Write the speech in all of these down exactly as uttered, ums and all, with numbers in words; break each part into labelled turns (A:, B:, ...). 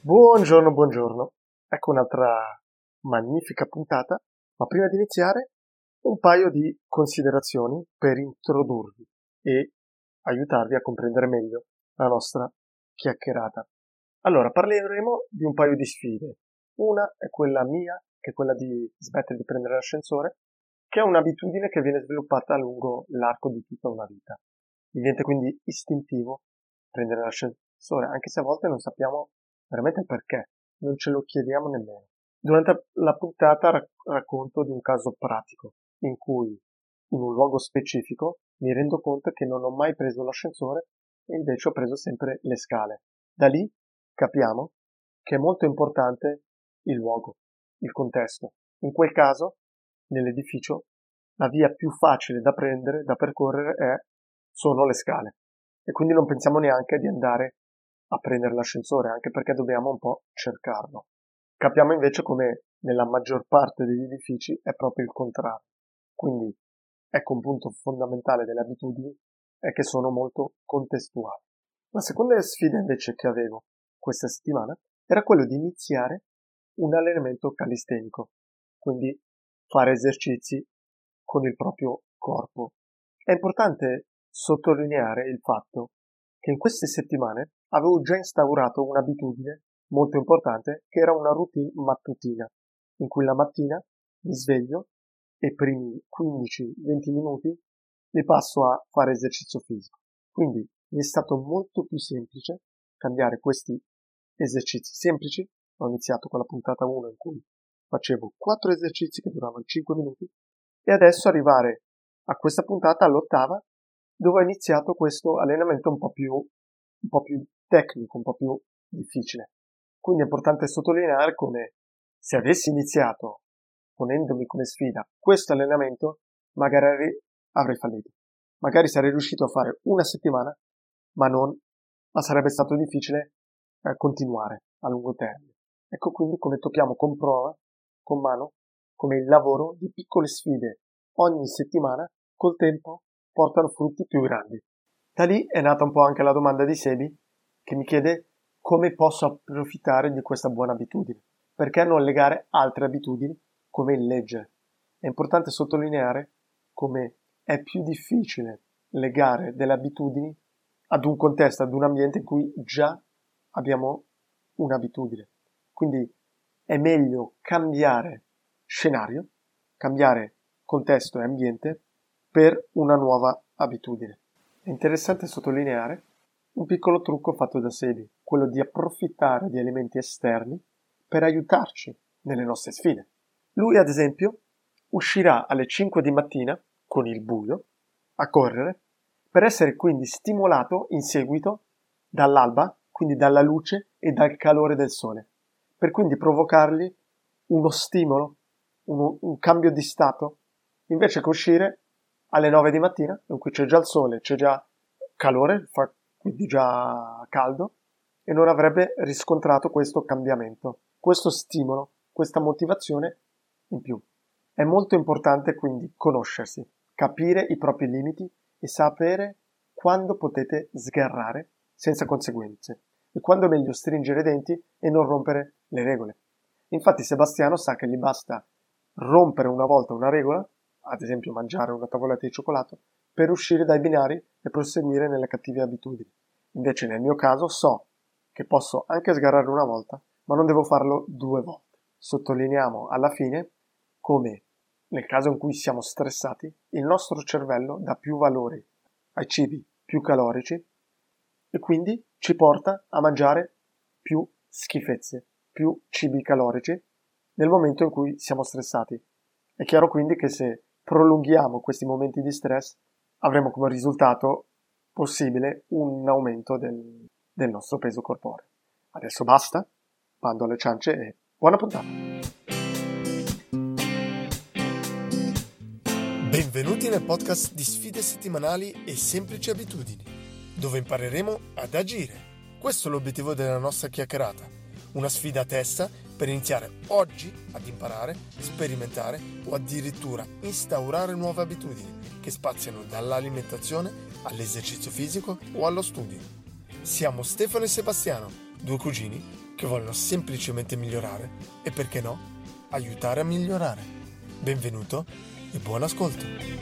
A: Buongiorno, buongiorno. Ecco un'altra magnifica puntata, ma prima di iniziare un paio di considerazioni per introdurvi e aiutarvi a comprendere meglio la nostra chiacchierata. Allora, parleremo di un paio di sfide. Una è quella mia, che è quella di smettere di prendere l'ascensore, che è un'abitudine che viene sviluppata lungo l'arco di tutta una vita. Diventa quindi istintivo prendere l'ascensore, anche se a volte non sappiamo veramente il perché, non ce lo chiediamo nemmeno. Durante la puntata rac- racconto di un caso pratico, in cui in un luogo specifico mi rendo conto che non ho mai preso l'ascensore e invece ho preso sempre le scale. Da lì capiamo che è molto importante il luogo, il contesto. In quel caso, nell'edificio, la via più facile da prendere, da percorrere è, sono le scale. E quindi non pensiamo neanche di andare a prendere l'ascensore, anche perché dobbiamo un po' cercarlo. Capiamo invece come nella maggior parte degli edifici è proprio il contrario. Quindi ecco un punto fondamentale delle abitudini è che sono molto contestuali. La seconda sfida invece che avevo questa settimana era quello di iniziare un allenamento calistenico, quindi fare esercizi con il proprio corpo. È importante sottolineare il fatto che in queste settimane avevo già instaurato un'abitudine molto importante che era una routine mattutina, in cui la mattina mi sveglio e i primi quindici venti minuti li passo a fare esercizio fisico. Quindi mi è stato molto più semplice cambiare questi esercizi semplici. Ho iniziato con la puntata uno in cui facevo quattro esercizi che duravano cinque minuti e adesso arrivare a questa puntata, all'ottava, dove ho iniziato questo allenamento un po' più, un po' più tecnico, un po' più difficile. Quindi è importante sottolineare come se avessi iniziato ponendomi come sfida questo allenamento, magari avrei fallito. Magari sarei riuscito a fare una settimana, ma non, ma sarebbe stato difficile eh, continuare a lungo termine. Ecco quindi come tocchiamo con prova, con mano, come il lavoro di piccole sfide ogni settimana col tempo portano frutti più grandi. Da lì è nata un po' anche la domanda di Sebi, che mi chiede come posso approfittare di questa buona abitudine. Perché non legare altre abitudini come il leggere? È importante sottolineare come è più difficile legare delle abitudini ad un contesto, ad un ambiente in cui già abbiamo un'abitudine. Quindi è meglio cambiare scenario, cambiare contesto e ambiente per una nuova abitudine. È interessante sottolineare un piccolo trucco fatto da Sebi, quello di approfittare di elementi esterni per aiutarci nelle nostre sfide. Lui, ad esempio, uscirà alle cinque di mattina, con il buio, a correre, per essere quindi stimolato in seguito dall'alba, quindi dalla luce e dal calore del sole, per quindi provocargli uno stimolo, uno, un cambio di stato, invece che uscire alle nove di mattina, in cui c'è già il sole, c'è già calore, fa quindi già caldo, e non avrebbe riscontrato questo cambiamento, questo stimolo, questa motivazione in più. È molto importante quindi conoscersi, capire i propri limiti e sapere quando potete sgarrare senza conseguenze e quando è meglio stringere i denti e non rompere le regole. Infatti Sebastiano sa che gli basta rompere una volta una regola, ad esempio mangiare una tavoletta di cioccolato, per uscire dai binari e proseguire nelle cattive abitudini. Invece nel mio caso so che posso anche sgarrare una volta, ma non devo farlo due volte. Sottolineiamo alla fine come nel caso in cui siamo stressati, il nostro cervello dà più valore ai cibi più calorici e quindi ci porta a mangiare più schifezze, più cibi calorici nel momento in cui siamo stressati. È chiaro quindi che se prolunghiamo questi momenti di stress avremo come risultato possibile un aumento del, del nostro peso corporeo. Adesso basta, bando alle ciance e buona puntata!
B: Benvenuti nel podcast di sfide settimanali e semplici abitudini, dove impareremo ad agire. Questo è l'obiettivo della nostra chiacchierata, una sfida a testa per iniziare oggi ad imparare, sperimentare o addirittura instaurare nuove abitudini che spaziano dall'alimentazione all'esercizio fisico o allo studio. Siamo Stefano e Sebastiano, due cugini che vogliono semplicemente migliorare e, perché no, aiutare a migliorare. Benvenuto e buon ascolto.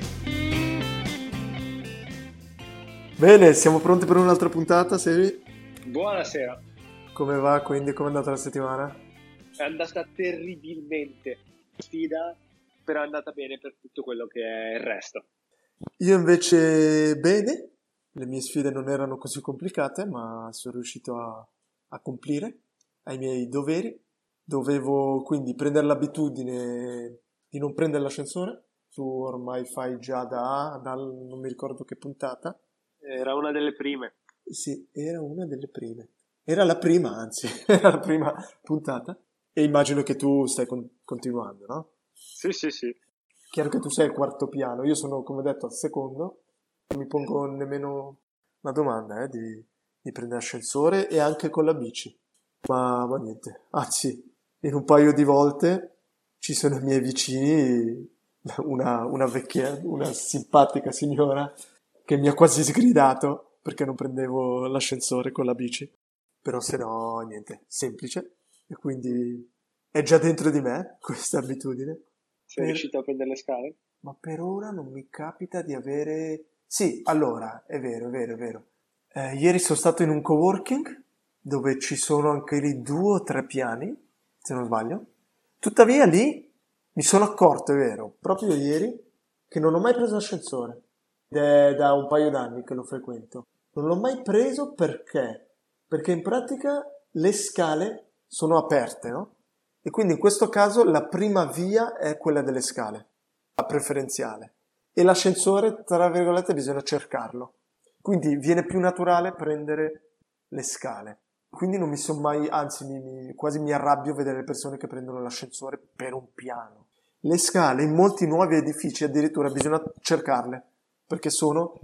A: Bene, siamo pronti per un'altra puntata, Sevi?
C: Buonasera.
A: Come va quindi? Come è andata la settimana?
C: È andata terribilmente. Sfida, però è andata bene per tutto quello che è il resto.
A: Io invece bene, le mie sfide non erano così complicate, ma sono riuscito a, a complire ai miei doveri. Dovevo quindi prendere l'abitudine di non prendere l'ascensore. Tu ormai fai già da, dal, non mi ricordo che puntata.
C: Era una delle prime.
A: Sì, era una delle prime. Era la prima, anzi, era la prima puntata. E immagino che tu stai con- continuando, no?
C: Sì, sì, sì.
A: Chiaro che tu sei al quarto piano, io sono, come detto, al secondo. Non mi pongo nemmeno una domanda, eh, di, di prendere ascensore e anche con la bici. Ma, ma niente, anzi, in un paio di volte ci sono i miei vicini, una, una vecchia, una simpatica signora che mi ha quasi sgridato perché non prendevo l'ascensore con la bici. Però se no, niente, semplice. E quindi è già dentro di me questa abitudine.
C: Sei
A: Per-
C: riuscito a prendere le scale?
A: Ma per ora non mi capita di avere... Sì, allora, è vero, è vero, è vero. Eh, ieri sono stato in un coworking dove ci sono anche lì due o tre piani, se non sbaglio. Tuttavia lì mi sono accorto, è vero, proprio ieri, che non ho mai preso l'ascensore. Ed è da un paio d'anni che lo frequento. Non l'ho mai preso perché? Perché in pratica le scale sono aperte, no? E quindi in questo caso la prima via è quella delle scale, la preferenziale. E l'ascensore, tra virgolette, bisogna cercarlo. Quindi viene più naturale prendere le scale. Quindi non mi sono mai, anzi mi, mi- quasi mi arrabbio vedere le persone che prendono l'ascensore per un piano. Le scale in molti nuovi edifici addirittura bisogna cercarle, perché sono,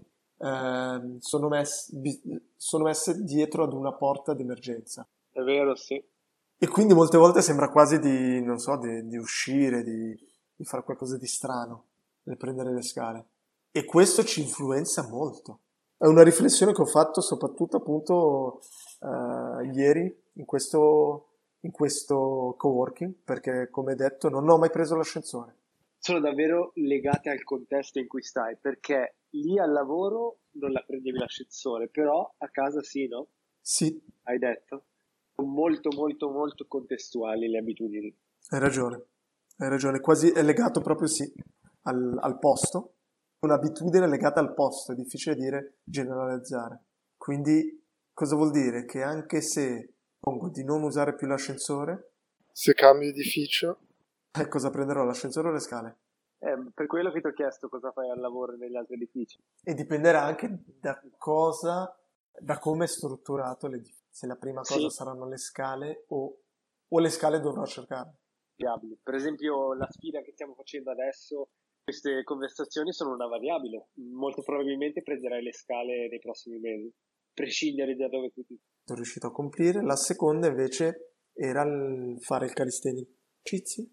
A: ehm, sono, mess- bi- sono messe dietro ad una porta d'emergenza.
C: È vero, sì.
A: E quindi molte volte sembra quasi di, non so, di, di uscire, di, di fare qualcosa di strano nel prendere le scale. E questo ci influenza molto. È una riflessione che ho fatto soprattutto appunto eh, ieri in questo, in questo coworking, perché come detto non ho mai preso l'ascensore.
C: Sono davvero legate al contesto in cui stai, perché lì al lavoro non la prendevi l'ascensore, però a casa sì, no?
A: Sì,
C: Hai detto? Sono molto, molto, molto contestuali le abitudini.
A: hai ragione, hai ragione, quasi è legato proprio sì al, al posto, un'abitudine legata al posto, è difficile dire generalizzare. Quindi cosa vuol dire? Che anche se pongo di non usare più l'ascensore,
B: Se cambi edificio,
A: eh, cosa prenderò, l'ascensore o le scale?
C: Eh, per quello che ti ho chiesto cosa fai al lavoro negli altri edifici.
A: E dipenderà anche da cosa, da come è strutturato l'edificio. Se la prima cosa
C: Sì,
A: saranno le scale o, o le scale dovrò cercare.
C: variabili. Per esempio, la sfida che stiamo facendo adesso, queste conversazioni sono una variabile. Molto probabilmente prenderai le scale nei prossimi mesi, prescindere da dove tu ti...
A: Sono riuscito a complire. La seconda invece era il fare il calisthenics esercizi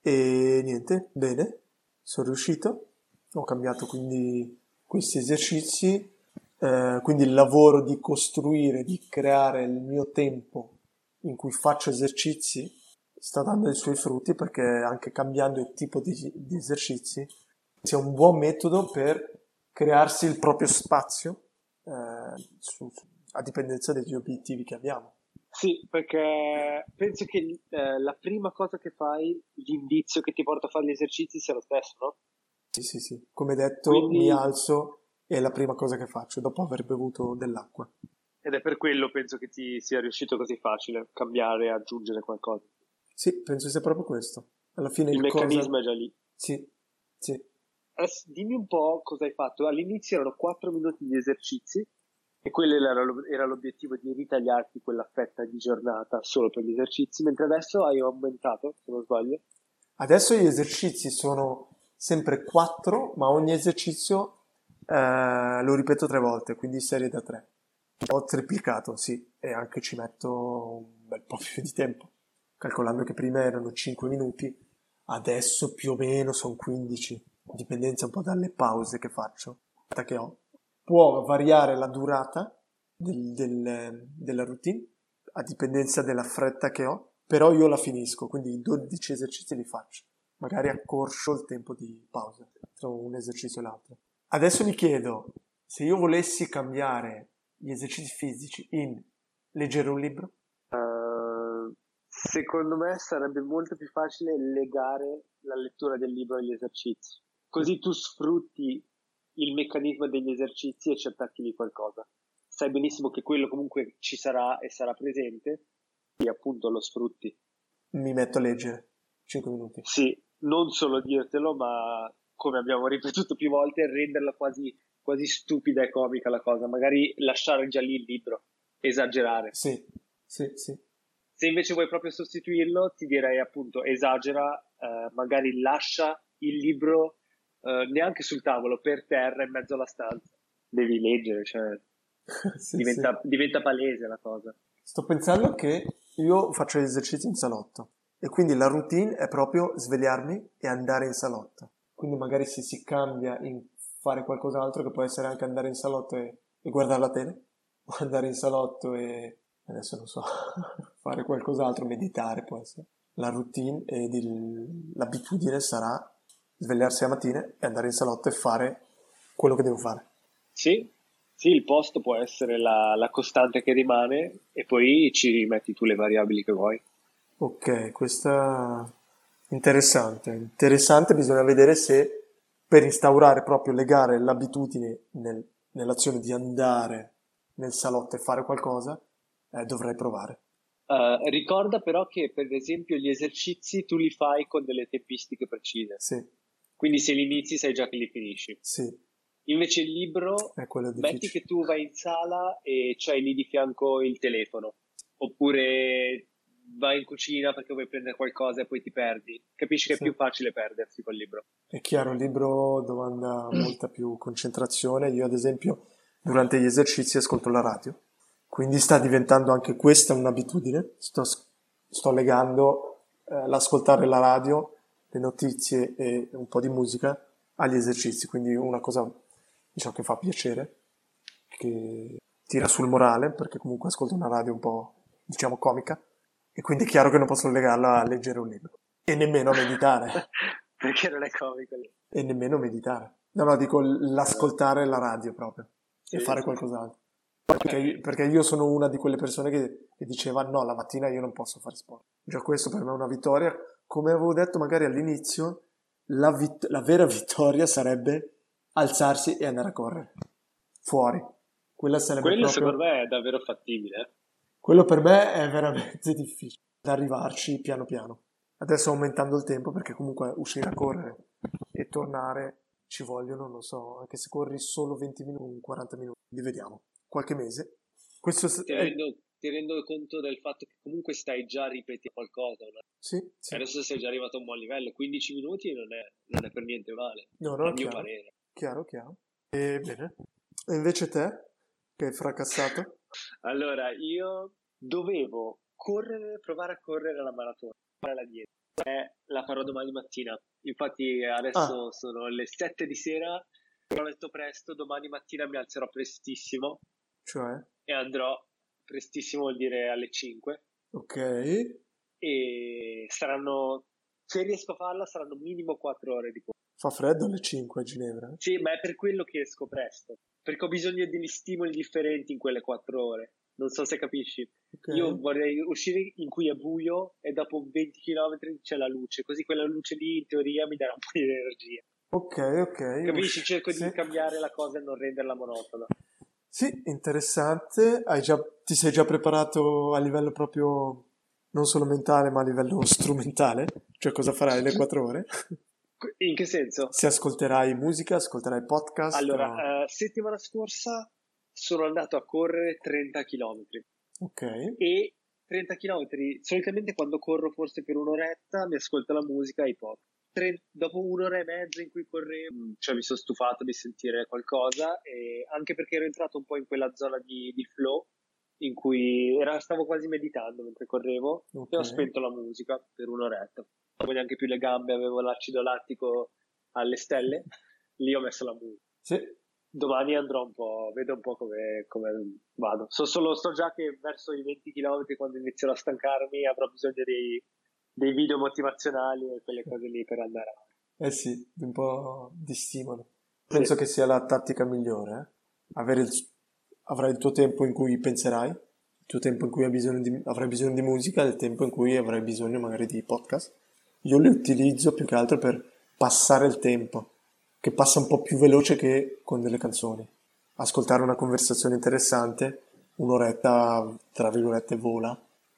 A: e niente, bene, sono riuscito. Ho cambiato quindi questi esercizi, eh, quindi il lavoro di costruire, di creare il mio tempo in cui faccio esercizi sta dando i suoi frutti perché anche cambiando il tipo di, di esercizi sia un buon metodo per crearsi il proprio spazio eh, su- su- a dipendenza degli obiettivi che abbiamo.
C: Sì, perché penso che eh, la prima cosa che fai, l'indizio che ti porta a fare gli esercizi sia lo stesso, no?
A: Sì, sì, sì. Come detto, mi
C: Quindi,
A: alzo e è la prima cosa che faccio dopo aver bevuto dell'acqua.
C: ed è per quello penso che ti sia riuscito così facile cambiare e aggiungere qualcosa.
A: Sì, penso sia proprio questo. Alla fine
C: Il
A: il cosa...
C: meccanismo è già lì.
A: Sì, sì.
C: Adesso dimmi un po' cosa hai fatto. All'inizio erano quattro minuti di esercizi e quello era, lo- era l'obiettivo di ritagliarti quella fetta di giornata solo per gli esercizi, mentre adesso hai aumentato, se non sbaglio.
A: Adesso gli esercizi sono sempre quattro, ma ogni esercizio eh, lo ripeto tre volte, quindi serie da tre. Ho triplicato, sì, e anche ci metto un bel po' più di tempo, calcolando che prima erano cinque minuti, adesso più o meno sono quindici, in dipendenza un po' dalle pause che faccio, che ho. Può variare la durata del- del- della routine, a dipendenza della fretta che ho, però io la finisco, quindi i dodici esercizi li faccio. Magari accorcio il tempo di pausa tra un esercizio e l'altro. Adesso mi chiedo, se io volessi cambiare gli esercizi fisici in leggere un libro?
C: Uh, secondo me sarebbe molto più facile legare la lettura del libro agli esercizi. Così tu sfrutti il meccanismo degli esercizi e ci attacchi lì qualcosa. Sai benissimo che quello comunque ci sarà e sarà presente e appunto lo sfrutti.
A: Mi metto a leggere cinque minuti.
C: Sì, non solo dirtelo, ma come abbiamo ripetuto più volte, renderla quasi, quasi stupida e comica la cosa. Magari lasciare già lì il libro, esagerare.
A: Sì, sì, sì.
C: Se invece vuoi proprio sostituirlo, ti direi appunto esagera, eh, magari lascia il libro eh, neanche sul tavolo, per terra, in mezzo alla stanza. Devi leggere, cioè
A: sì,
C: diventa,
A: sì.
C: diventa palese la cosa.
A: Sto pensando che io faccio gli esercizi in salotto e quindi la routine è proprio svegliarmi e andare in salotto. Quindi magari se si cambia in fare qualcos'altro, che può essere anche andare in salotto e, e guardare la tele, o andare in salotto e adesso non so, fare qualcos'altro, meditare può essere. La routine ed il, l'abitudine sarà svegliarsi la mattina e andare in salotto e fare quello che devo fare.
C: Sì, sì, il posto può essere la, la costante che rimane e poi ci rimetti tu le variabili che vuoi.
A: Ok, questa interessante. Interessante, bisogna vedere se per instaurare proprio, legare l'abitudine nel- nell'azione di andare nel salotto e fare qualcosa, eh, dovrei provare.
C: Uh, ricorda però che per esempio gli esercizi tu li fai con delle tempistiche precise,
A: Sì,
C: quindi se li inizi sai già che li finisci.
A: sì,
C: Invece il libro,
A: è quello
C: metti
A: difficile.
C: che tu vai in sala e c'hai lì di fianco il telefono, oppure vai in cucina perché vuoi prendere qualcosa e poi ti perdi. Capisci che è
A: Sì.
C: più facile perdersi col libro.
A: È chiaro, il libro domanda molta più concentrazione. Io, ad esempio, durante gli esercizi ascolto la radio, quindi sta diventando anche questa un'abitudine. Sto, sto legando eh, l'ascoltare la radio, le notizie e un po' di musica agli esercizi, quindi una cosa, diciamo, che fa piacere, che tira sul morale, perché comunque ascolto una radio un po', diciamo, comica, e quindi è chiaro che non posso legarla a leggere un libro, e nemmeno a meditare.
C: Perché non è comico lì.
A: E nemmeno meditare. No, no, dico l'ascoltare la radio proprio
C: Sì,
A: e fare
C: sì,
A: qualcos'altro. Perché io, perché io sono una di quelle persone che, che diceva no, la mattina io non posso fare sport. Già questo per me è una vittoria. Come avevo detto magari all'inizio, la, vit- la vera vittoria sarebbe alzarsi e andare a correre. Fuori. Quella sarebbe
C: quello
A: proprio...
C: secondo me è davvero fattibile. eh.
A: Quello per me è veramente difficile, da arrivarci piano piano. Adesso aumentando il tempo perché comunque uscire a correre e tornare ci vogliono, non so, anche se corri solo venti minuti, quaranta minuti, li vediamo, qualche mese. Questo
C: Ti
A: è...
C: rendo, ti rendo conto del fatto che comunque stai già ripetendo qualcosa, no?
A: Sì, sì.
C: Adesso sei già arrivato a un buon livello, quindici minuti non è, non è per niente male,
A: No, no,
C: a
A: è
C: mio
A: chiaro,
C: parere.
A: chiaro, chiaro. E bene. E invece te, che hai fracassato?
C: Allora, io dovevo correre, provare a correre la maratona, fare la dieta. Eh, la farò domani mattina. Infatti adesso
A: Ah,
C: sono le sette di sera, ho letto presto, domani mattina mi alzerò prestissimo
A: cioè,
C: e andrò prestissimo vuol dire alle cinque
A: ok,
C: e saranno, se riesco a farla, saranno minimo quattro ore di corsa.
A: fa freddo alle cinque a Ginevra. eh?
C: Sì, ma è per quello che esco presto, perché ho bisogno degli stimoli differenti in quelle quattro ore. Non so se capisci.
A: Ok,
C: Io vorrei uscire in cui è buio e dopo venti chilometri c'è la luce, così quella luce lì in teoria mi darà un po' di energia.
A: ok, ok,
C: Capisci?
A: usci-
C: Cerco
A: sì.
C: di cambiare la cosa e non renderla monotona.
A: Sì, interessante. Hai già, ti sei già preparato a livello proprio non solo mentale, ma a livello strumentale? Cioè cosa farai le quattro ore?
C: In che senso?
A: Se ascolterai musica, ascolterai podcast o...
C: Allora, eh, settimana scorsa sono andato a correre trenta chilometri
A: Ok,
C: e trenta chilometri, solitamente quando corro forse per un'oretta mi ascolto la musica e i podcast. Tre- dopo un'ora e mezza in cui correvo, cioè mi sono stufato di sentire qualcosa, e anche perché ero entrato un po' in quella zona di, di flow in cui era, stavo quasi meditando mentre correvo e
A: ok.
C: ho spento la musica per un'oretta. Non avevo neanche più le gambe, avevo l'acido lattico alle stelle, lì ho messo la musica.
A: Sì,
C: domani andrò un po', vedo un po' come, come vado. So, solo, so già che verso i venti chilometri, quando inizierò a stancarmi, avrò bisogno dei, dei video motivazionali e quelle cose lì per andare avanti.
B: Eh sì, un po' di stimolo.
C: Sì.
B: Penso che sia la tattica migliore, eh? Avere il, avrai il tuo tempo in cui penserai, il tuo tempo in cui hai bisogno di, avrai bisogno di musica, e il tempo in cui avrai bisogno magari di podcast. Io li utilizzo più che altro per passare il tempo, che passa un po' più veloce che con delle canzoni. Ascoltare una conversazione interessante, un'oretta, tra virgolette, vola.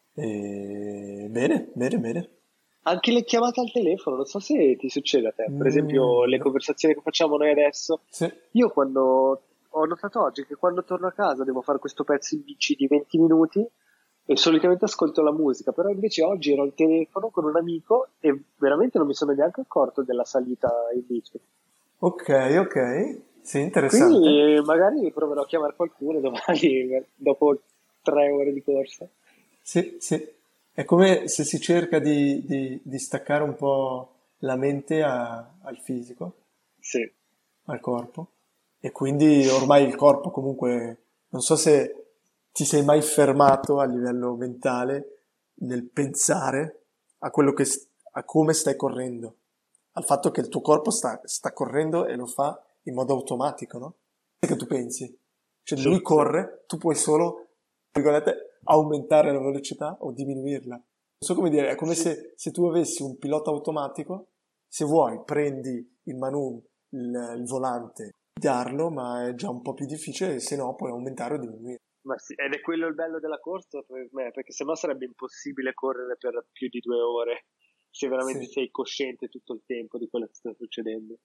B: E... Bene, bene, bene.
C: Anche le chiamate al telefono, non so se ti succede a te, per esempio
B: Mm,
C: le
B: no.
C: conversazioni che facciamo noi adesso.
B: Sì.
C: Io quando ho notato oggi che quando torno a casa devo fare questo pezzo in bici di venti minuti e solitamente ascolto la musica, però invece oggi ero al telefono con un amico e veramente non mi sono neanche accorto della salita in bici.
B: Ok, ok. Sì, interessante.
C: Quindi magari proverò a chiamare qualcuno domani dopo tre ore di corsa.
B: Sì, sì. È come se si cerca di, di- di staccare un po' la mente a- al fisico,
C: Sì,
B: al corpo, e quindi ormai il corpo comunque, non so se ti sei mai fermato a livello mentale nel pensare a quello che, s- a come stai correndo, al fatto che il tuo corpo sta, sta correndo e lo fa in modo automatico, no? Che tu pensi. Cioè
C: sì,
B: lui
C: sì,
B: corre, tu puoi solo, tra virgolette, aumentare la velocità o diminuirla. Non so come dire, è come
C: sì.
B: se, se tu avessi un pilota automatico, se vuoi prendi il manu, il, il volante, darlo, ma è già un po' più difficile, se no puoi aumentare o diminuire.
C: Ma sì, ed è quello il bello della corsa per me, perché sennò sarebbe impossibile correre per più di due ore se veramente
B: Sì,
C: sei cosciente tutto il tempo di quello che sta succedendo.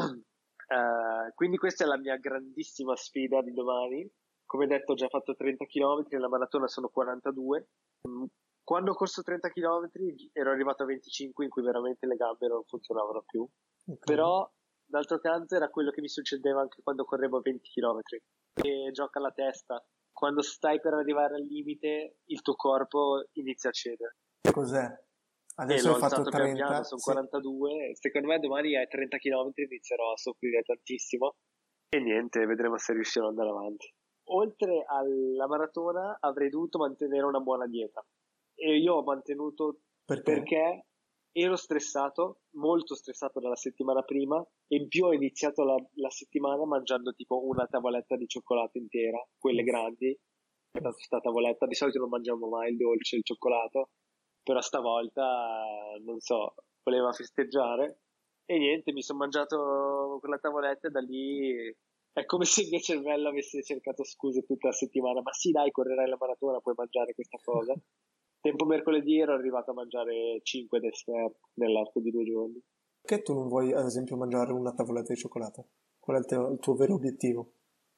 C: Eh, quindi questa è la mia grandissima sfida di domani. Come detto, ho già fatto trenta chilometri, la maratona sono quarantadue. Mm, Quando ho corso trenta chilometri ero arrivato a venticinque in cui veramente le gambe non funzionavano più.
B: ok.
C: Però, d'altro canto, era quello che mi succedeva anche quando correvo venti chilometri. E gioca la testa. Quando stai per arrivare al limite, il tuo corpo inizia a cedere.
B: Cos'è?
C: E
B: Adesso
C: l'ho
B: hai fatto
C: alzato pian piano,
B: trenta,
C: sono
B: sì.
C: quarantadue. Secondo me domani ai trenta chilometri inizierò a soffrire tantissimo. E niente, vedremo se riuscirò ad andare avanti. Oltre alla maratona avrei dovuto mantenere una buona dieta. E io ho mantenuto
B: Perché?
C: perché ero stressato, molto stressato dalla settimana prima, e in più ho iniziato la, la settimana mangiando tipo una tavoletta di cioccolato intera, quelle
B: Uff,
C: grandi.
B: uff.
C: Questa tavoletta, di solito non mangiamo mai il dolce, il cioccolato, però stavolta, non so, voleva festeggiare e niente, mi sono mangiato quella tavoletta e da lì è come se il mio cervello avesse cercato scuse tutta la settimana. Ma sì, dai, correrai la maratona, puoi mangiare questa cosa. Tempo mercoledì ero arrivato a mangiare cinque dessert nell'arco di due giorni.
B: Perché tu non vuoi, ad esempio, mangiare una tavoletta di cioccolato? Qual è il, teo- il tuo vero obiettivo?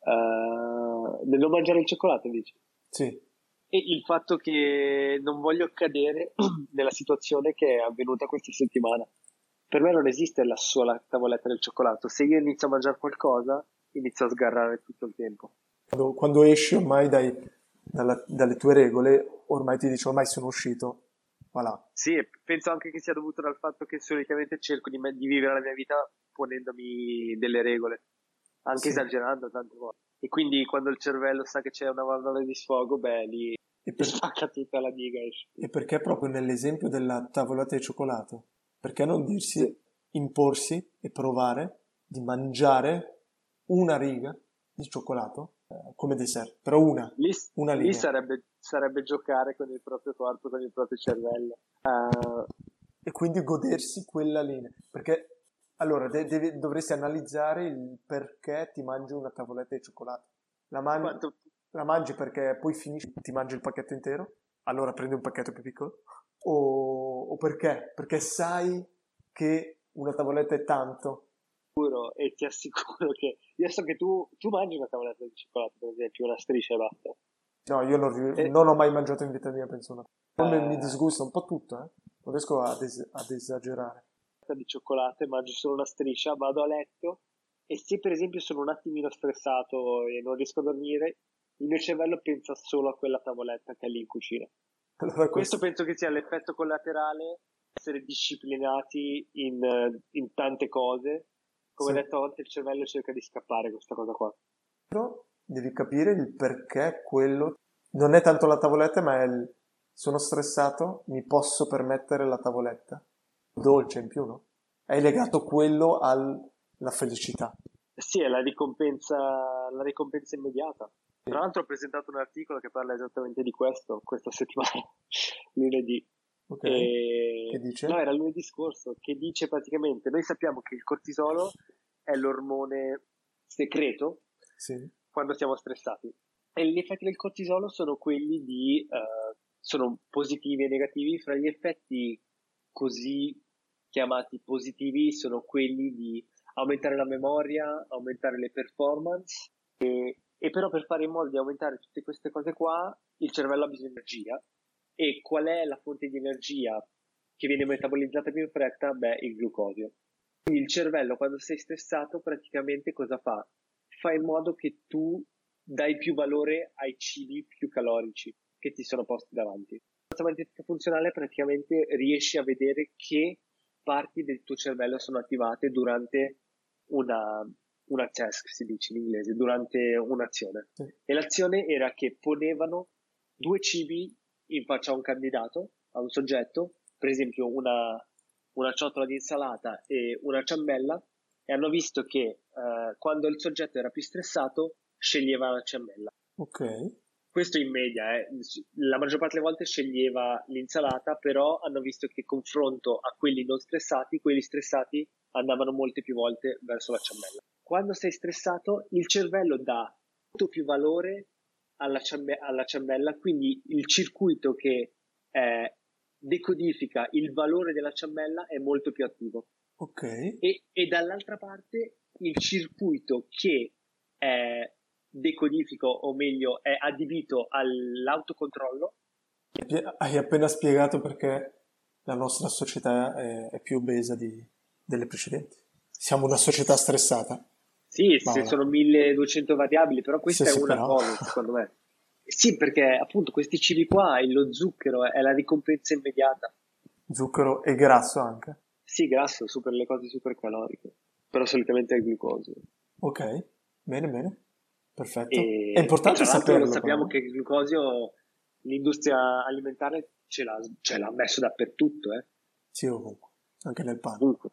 C: Uh, nel non mangiare il cioccolato, dici?
B: Sì,
C: E il fatto che non voglio cadere nella situazione che è avvenuta questa settimana. Per me non esiste la sola tavoletta del cioccolato. Se io inizio a mangiare qualcosa, inizio a sgarrare tutto il tempo.
B: quando, quando esci ormai dai- dalla- dalle tue regole, ormai ti dici ormai sono uscito, voilà.
C: Sì, e penso anche che sia dovuto dal fatto che solitamente cerco di, me- di vivere la mia vita ponendomi delle regole, anche
B: Sì.
C: esagerando tante volte. E quindi quando il cervello sa che c'è una valvola di sfogo, beh, lì
B: E,
C: mi
B: per-
C: spacca tutta la diga. Esce
B: e
C: tutto.
B: perché proprio nell'esempio della tavolata di cioccolato? Perché non
C: Sì,
B: dirsi, imporsi e provare di mangiare una riga di cioccolato eh, come dessert, però una,
C: lì,
B: una
C: lì
B: linea.
C: sarebbe, sarebbe giocare con il proprio corpo, con il proprio cervello. Eh,
B: E quindi godersi quella linea. Perché allora de- devi- dovresti analizzare il perché ti mangi una tavoletta di cioccolato. La, man-
C: quanto,
B: la mangi perché poi finisci, ti mangi il pacchetto intero, allora prendi un pacchetto più piccolo. O, o perché? Perché sai che una tavoletta è tanto.
C: e ti assicuro che io so che tu, tu mangi una tavoletta di cioccolato, per esempio, una striscia e basta.
B: No, io non, ri-
C: E,
B: non ho mai mangiato in vita mia, penso una. Poi mi, mi
C: eh,
B: disgusta un po' tutto, eh. Non riesco ad, es- ad esagerare.
C: di cioccolato e mangio solo una striscia, vado a letto e se per esempio sono un attimino stressato e non riesco a dormire, il mio cervello pensa solo a quella tavoletta che è lì in cucina.
B: Allora
C: Questo
B: questo.
C: penso che sia l'effetto collaterale di essere disciplinati in, eh, in tante cose, come
A: Sì.
C: detto a volte il cervello cerca di scappare questa cosa qua.
A: Però devi capire il perché quello non è tanto la tavoletta, ma è il sono stressato, mi posso permettere la tavoletta dolce in più, no? Hai legato quello alla felicità.
C: Sì, è la ricompensa, la ricompensa immediata. Tra l'altro ho presentato un articolo che parla esattamente di questo questa settimana, lunedì.
A: Ok.
C: E...
A: Che dice?
C: No, era lunedì scorso, che dice praticamente, noi sappiamo che il cortisolo è l'ormone segreto
A: Sì.
C: quando siamo stressati. E gli effetti del cortisolo sono quelli di, uh, sono positivi e negativi. Fra gli effetti così chiamati positivi sono quelli di aumentare la memoria, aumentare le performance, e, e però per fare in modo di aumentare tutte queste cose qua, il cervello ha bisogno di energia. E qual è la fonte di energia che viene metabolizzata più in fretta? Beh, il glucosio. Quindi il cervello, quando sei stressato, praticamente cosa fa? Fa in modo che tu dai più valore ai cibi più calorici che ti sono posti davanti. La matematica funzionale praticamente riesci a vedere che parti del tuo cervello sono attivate durante una, una task, si dice in inglese, durante un'azione.
A: Sì.
C: E l'azione era che ponevano due cibi in faccia a un candidato, a un soggetto, per esempio una, una ciotola di insalata e una ciambella, e hanno visto che eh, quando il soggetto era più stressato sceglieva la ciambella.
A: Ok.
C: Questo in media, eh. La maggior parte delle volte sceglieva l'insalata, però hanno visto che confronto a quelli non stressati, quelli stressati andavano molte più volte verso la ciambella. Quando sei stressato, il cervello dà molto più valore alla, ciambe- alla ciambella, quindi il circuito che eh, decodifica il valore della ciambella è molto più attivo.
A: Ok.
C: E, e dall'altra parte il circuito che è decodifico, o meglio è adibito all'autocontrollo.
A: Hai appena spiegato perché la nostra società è, è più obesa di, delle precedenti. Siamo una società stressata.
C: Sì,
A: Ma
C: se
A: ora.
C: sono milleduecento variabili, però questa
A: Sì,
C: è
A: sì,
C: una
A: però.
C: cosa, secondo me. Sì, perché appunto questi cibi qua, lo zucchero è la ricompensa immediata.
A: Zucchero e grasso anche.
C: Sì, grasso, super, le cose super caloriche, però solitamente è il glucosio.
A: Ok, bene, bene. Perfetto.
C: E,
A: È importante
C: e tra l'altro
A: saperlo.
C: lo sappiamo
A: però.
C: che il glucosio l'industria alimentare ce l'ha, ce l'ha messo dappertutto, eh.
A: Sì, ovunque, anche nel pane.
C: Ovunque.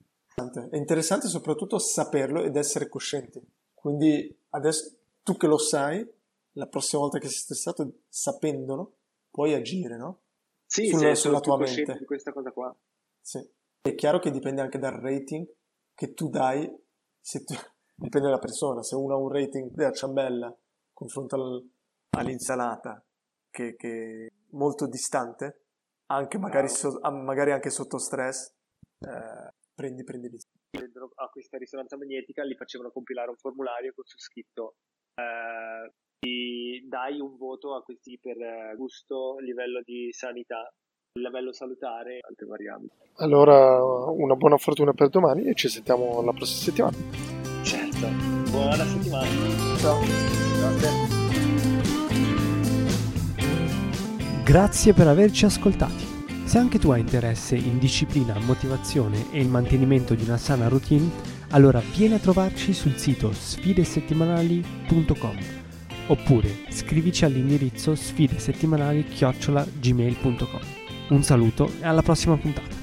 A: È interessante soprattutto saperlo ed essere coscienti. Quindi adesso tu che lo sai, la prossima volta che sei stressato, sapendolo, puoi agire, no?
C: Sì,
A: Sulla,
C: sei
A: sulla
C: più
A: tua
C: cosciente
A: mente.
C: di questa cosa qua.
A: Sì. È chiaro che dipende anche dal rating che tu dai, se tu, dipende dalla persona. Se uno ha un rating della ciambella confronto al, all'insalata che, che è molto distante, anche magari, so, magari anche sotto stress, eh, prendi, prendi lì.
C: A questa risonanza magnetica gli facevano compilare un formulario con su scritto eh, ti dai un voto a questi per gusto, livello di sanità, livello salutare e altre variabili.
B: Allora, una buona fortuna per domani e ci sentiamo la prossima settimana.
C: Certo, buona settimana.
A: Ciao.
C: Grazie.
D: Grazie per averci ascoltati. Se anche tu hai interesse in disciplina, motivazione e il mantenimento di una sana routine, allora vieni a trovarci sul sito sfide settimanali punto com oppure scrivici all'indirizzo sfidesettimanali chiocciola gmail punto com. Un saluto e alla prossima puntata.